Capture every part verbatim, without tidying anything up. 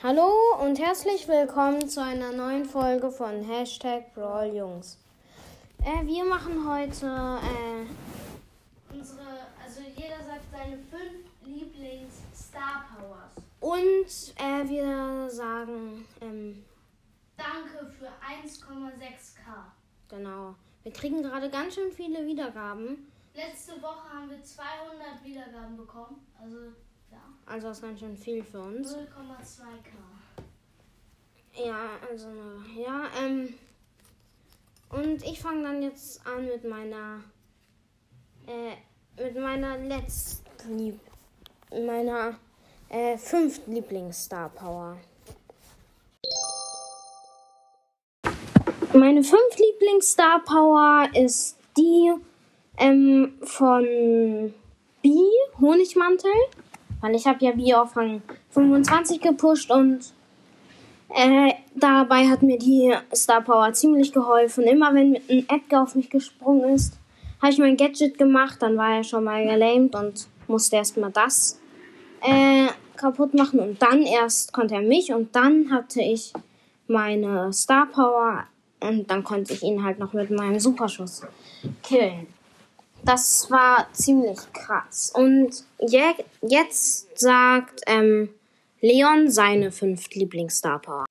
Hallo und herzlich willkommen zu einer neuen Folge von Hashtag Brawl Jungs. Äh, wir machen heute äh, unsere, also jeder sagt seine fünf Lieblings-Star Powers. Und äh, wir sagen ähm, Danke für eins Komma sechs K. Genau. Wir kriegen gerade ganz schön viele Wiedergaben. Letzte Woche haben wir zweihundert Wiedergaben bekommen. Also ja. Also das ist ganz schön viel für uns. null Komma zwei K. Ja, also ja. Ähm, und ich fange dann jetzt an mit meiner äh, mit meiner letzten meiner äh, fünften Lieblings-Star Power. Meine fünfte Lieblings-Star Power ist die ähm, von B, Honigmantel. Weil ich habe ja B auf Rang fünfundzwanzig gepusht und äh, dabei hat mir die Star Power ziemlich geholfen. Immer wenn ein Edgar auf mich gesprungen ist, habe ich mein Gadget gemacht, dann war er schon mal gelähmt und musste erstmal das äh, kaputt machen und dann erst konnte er mich und dann hatte ich meine Star Power und dann konnte ich ihn halt noch mit meinem Superschuss killen. Das war ziemlich krass. Und je- jetzt sagt ähm, Leon seine fünfte Lieblings-Star Power.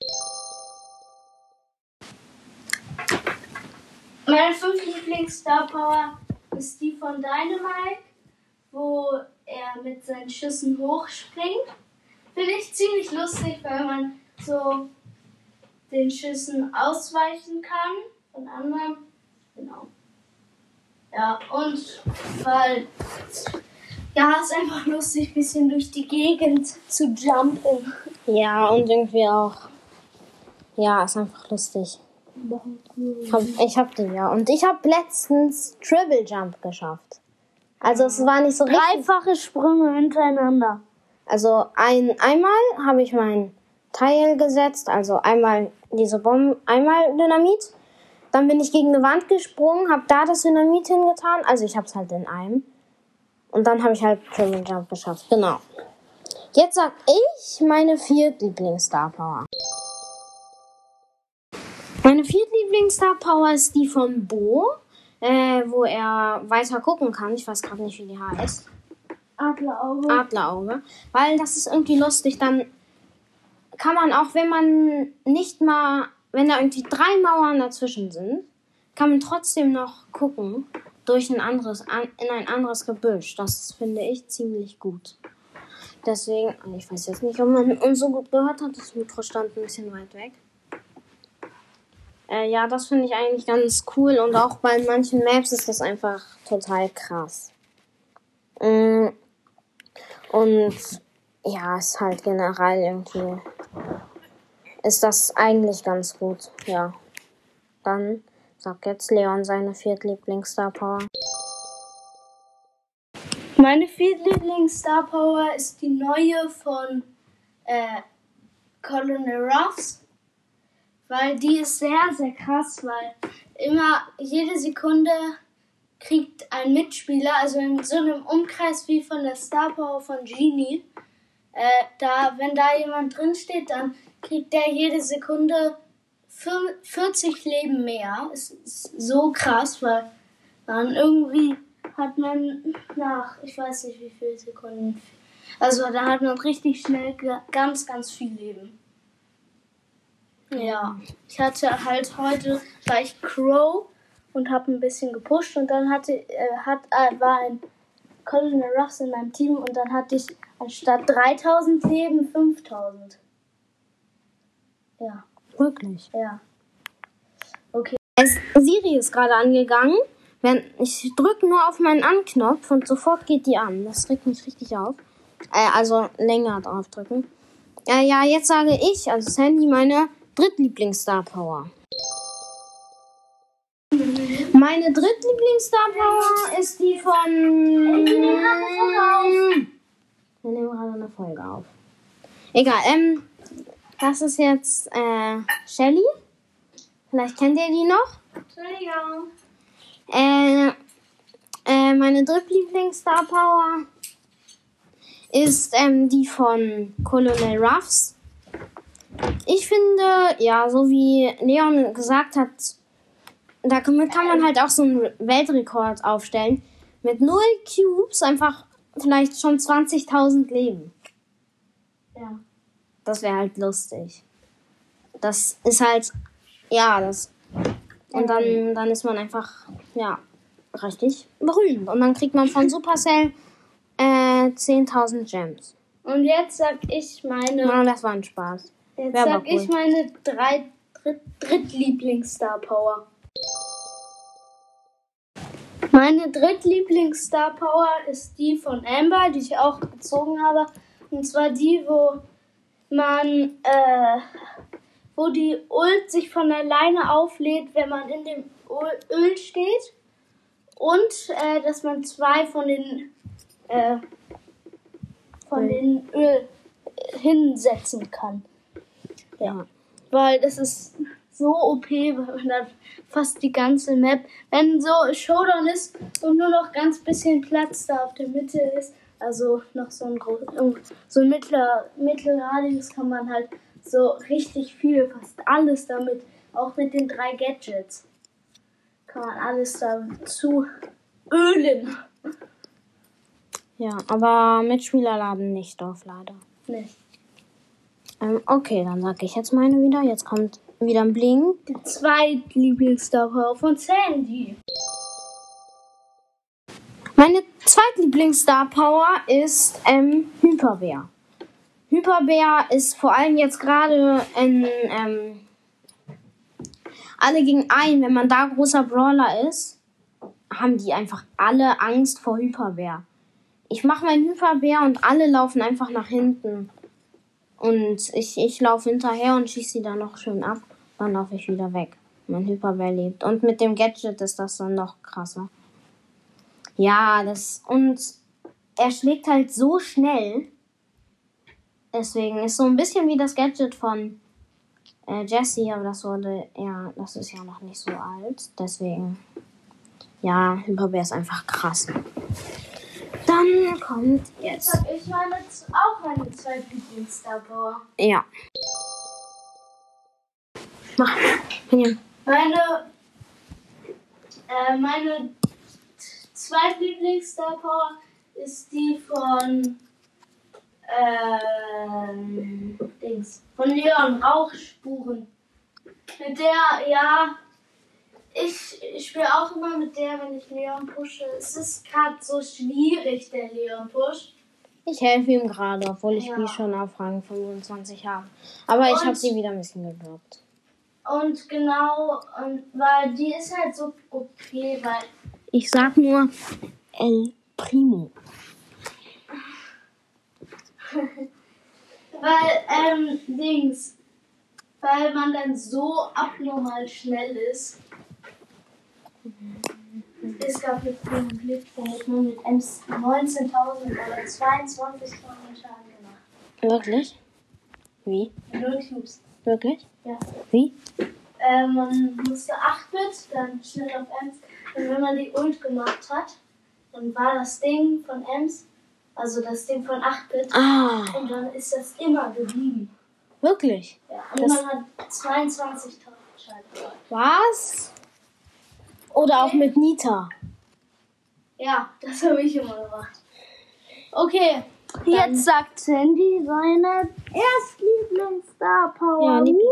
Meine fünfte Lieblings-Star Power ist die von Dynamite, wo er mit seinen Schüssen hochspringt. Finde ich ziemlich lustig, weil man so den Schüssen ausweichen kann von anderen. Genau. Ja, und weil, ja, es ist einfach lustig, ein bisschen durch die Gegend zu jumpen. Ja, und irgendwie auch. Ja, ist einfach lustig. Hab, ich hab den ja. Und ich habe letztens Triple Jump geschafft. Also es war nicht so richtig. Dreifache Sprünge hintereinander. Also ein, einmal habe ich mein Teil gesetzt, also einmal diese Bombe, einmal Dynamit. Dann bin ich gegen eine Wand gesprungen, habe da das Dynamit hingetan. Also ich habe es halt in einem. Und dann habe ich halt Triple Jump geschafft. Genau. Jetzt sag ich meine vierte Lieblings-Star Power. Meine vierte Lieblings-Star Power ist die von Bo, äh, wo er weiter gucken kann. Ich weiß gerade nicht, wie die heißt. Adlerauge. Adlerauge. Weil das ist irgendwie lustig. Dann kann man auch, wenn man nicht mal, wenn da irgendwie drei Mauern dazwischen sind, kann man trotzdem noch gucken durch ein anderes, in ein anderes Gebüsch. Das finde ich ziemlich gut. Deswegen, ich weiß jetzt nicht, ob man uns so gut gehört hat. Das Mikro stand ein bisschen weit weg. Äh, ja, das finde ich eigentlich ganz cool. Und auch bei manchen Maps ist das einfach total krass. Mm. Und ja, ist halt generell irgendwie, ist das eigentlich ganz gut. Ja, dann sagt jetzt Leon seine vierte Lieblings-Star Power. Meine vierte Lieblings-Star Power ist die neue von äh, Colonel Ruffs. Weil die ist sehr, sehr krass, weil immer jede Sekunde kriegt ein Mitspieler, also in so einem Umkreis wie von der Star Power von Genie, äh, da, wenn da jemand drin steht, dann kriegt der jede Sekunde vierzig Leben mehr. Es ist so krass, weil dann irgendwie hat man nach, ich weiß nicht wie viele Sekunden, also da hat man richtig schnell ganz, ganz viel Leben. Ja, ich hatte halt heute, war ich Crow und habe ein bisschen gepusht und dann hatte, äh, hat, äh, war ein Colonel Ruffs in meinem Team und dann hatte ich anstatt dreitausend Leben fünftausend. Ja. Wirklich? Ja. Okay. Es, Siri ist gerade angegangen. Wenn, ich drücke nur auf meinen An-Knopf und sofort geht die an. Das regt mich richtig auf. Äh, also länger drauf drücken. Äh, ja, jetzt sage ich, also Sandy, meine Drittlieblings-Star Power. Meine Drittlieblings-Star Power ist die von... Wir nehmen gerade eine Folge auf. Wir nehmen gerade eine Folge auf. Egal, ähm, das ist jetzt äh, Shelly. Vielleicht kennt ihr die noch. Entschuldigung. Äh, äh, meine Drittlieblings-Star Power ist ähm, die von Colonel Ruffs. Ich finde, ja, so wie Leon gesagt hat, damit kann man halt auch so einen Weltrekord aufstellen. Mit null Cubes einfach vielleicht schon zwanzigtausend Leben. Ja. Das wäre halt lustig. Das ist halt, ja, das. Und dann, dann ist man einfach, ja, richtig berühmt. Und dann kriegt man von Supercell äh, zehntausend Gems. Und jetzt sag ich meine... Na, das war ein Spaß. Jetzt Wär sag aber cool. ich meine drei, Dritt, Drittlieblings-Star Power. Meine Drittlieblings-Star Power ist die von Amber, die ich auch gezogen habe. Und zwar die, wo man, äh, wo die Ult sich von alleine auflädt, wenn man in dem Öl steht. Und, äh, dass man zwei von den, äh, von den Öl hinsetzen kann. Ja. Weil das ist so O P, weil man dann fast die ganze Map, wenn so Showdown ist und nur noch ganz bisschen Platz da auf der Mitte ist, also noch so ein groß, so ein mittler, mittlerer Radius, kann man halt so richtig viel, fast alles damit, auch mit den drei Gadgets, kann man alles dazu ölen. Ja, aber Mitspieler laden nicht auf, leider. Nicht. Ähm, okay, dann sag ich jetzt meine wieder. Jetzt kommt wieder ein Bling. Die Zweitlieblings-Star Power von Sandy. Meine Zweitlieblings-Star Power ist ähm, Hyperbär. Hyperbär ist vor allem jetzt gerade in ähm, alle gegen einen, wenn man da großer Brawler ist, haben die einfach alle Angst vor Hyperbär. Ich mache meinen Hyperbär und alle laufen einfach nach hinten. Und ich, ich laufe hinterher und schieße sie dann noch schön ab. Dann laufe ich wieder weg. Mein Hyperbär lebt. Und mit dem Gadget ist das dann noch krasser. Ja, das... Und er schlägt halt so schnell. Deswegen ist so ein bisschen wie das Gadget von äh, Jessie. Aber das wurde... Ja, das ist ja noch nicht so alt. Deswegen... Ja, Hyperbär ist einfach krass. Dann kommt jetzt... Ich meine auch meine Zweitlieblings-Star Power. Ja. Mach. Benjamin. Meine, äh, meine Zweitlieblings-Star Power ist die von, ähm, Dings, von Leon, Rauchspuren. Mit der, ja, ich, ich spiele auch immer mit der, wenn ich Leon pushe. Es ist gerade so schwierig, der Leon-Push. Ich helfe ihm gerade, obwohl ich Ja. die schon auf Rang fünfundzwanzig habe. Aber ich Und- habe sie wieder ein bisschen gedroppt. Und genau, und weil die ist halt so okay, weil Ich sag nur El Primo. Weil, ähm, Dings, weil man dann so abnormal schnell ist. Es gab eine coole Glück, womit man mit Ems neunzehntausend oder zweiundzwanzigtausend Schaden gemacht. Wirklich? Wie? Null Cubes. Wirklich? Ja. Wie? Äh, man musste acht Bit, dann schnell auf Ems. Und wenn man die Ult gemacht hat, dann war das Ding von Ems, also das Ding von acht Bit, Ah, und dann ist das immer geblieben. wirklich? Ja, und Das- man hat zweiundzwanzigtausend Schaden gemacht. Was? Oder auch mit Nita. Ja, das habe ich immer gemacht. Okay, Dann- jetzt sagt Sandy seine Erstlieblings-Star Power. Ja, Lieblings-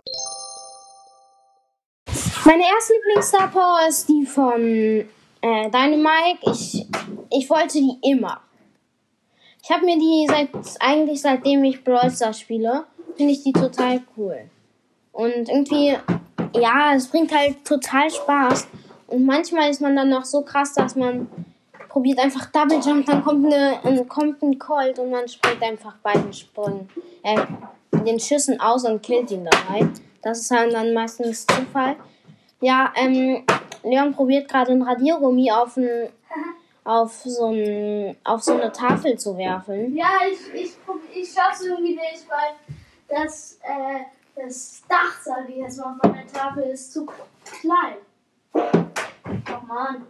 Meine erste Lieblings-Star Power ist die von äh, Dynamite. Ich, ich wollte die immer. Ich habe mir die seit eigentlich seitdem ich Brawl Stars spiele, finde ich die total cool. Und irgendwie, ja, es bringt halt total Spaß. Und manchmal ist man dann noch so krass, dass man probiert einfach Double Jump, dann kommt, eine, ein, kommt ein Colt und man springt einfach bei den Sprüngen, äh, den Schüssen aus und killt ihn dabei. Das ist halt dann meistens Zufall. Ja, ähm, Leon probiert gerade ein Radiergummi auf, ein, auf, so ein, auf so eine Tafel zu werfen. Ja, ich, ich, ich schaff's irgendwie nicht, weil das, äh, das Dach, sage ich jetzt mal, von der Tafel ist zu klein. Oh Mann.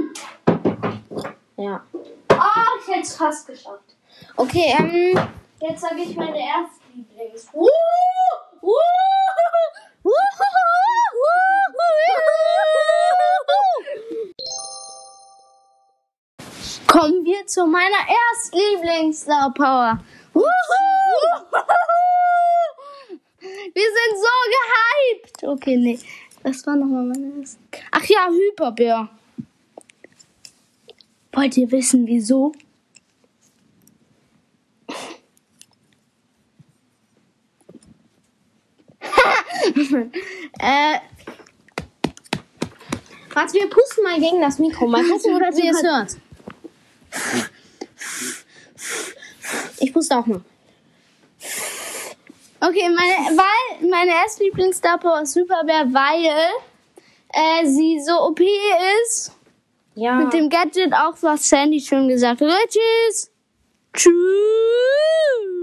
Mann! Ja. Oh, ich hätte es fast geschafft. Okay, ähm, Jetzt jetzt sage ich meine erste Lieblings. Uh, uh, uh, Kommen wir zu meiner Erstlieblings-Star Power. Wir sind so gehypt. Okay, nee. Das war nochmal meine erste. Ach ja, Hyperbär. Wollt ihr wissen, wieso? äh, Warte, wir pusten mal gegen das Mikro. Mal gucken, ob ihr es hört. Ich puste auch mal. Okay, meine, weil meine erste Lieblings-Star Power ist Hyperbär, weil äh, sie so O P ist. Ja. Mit dem Gadget auch, was Sandy schon gesagt hat. Tschüss. Tschüss.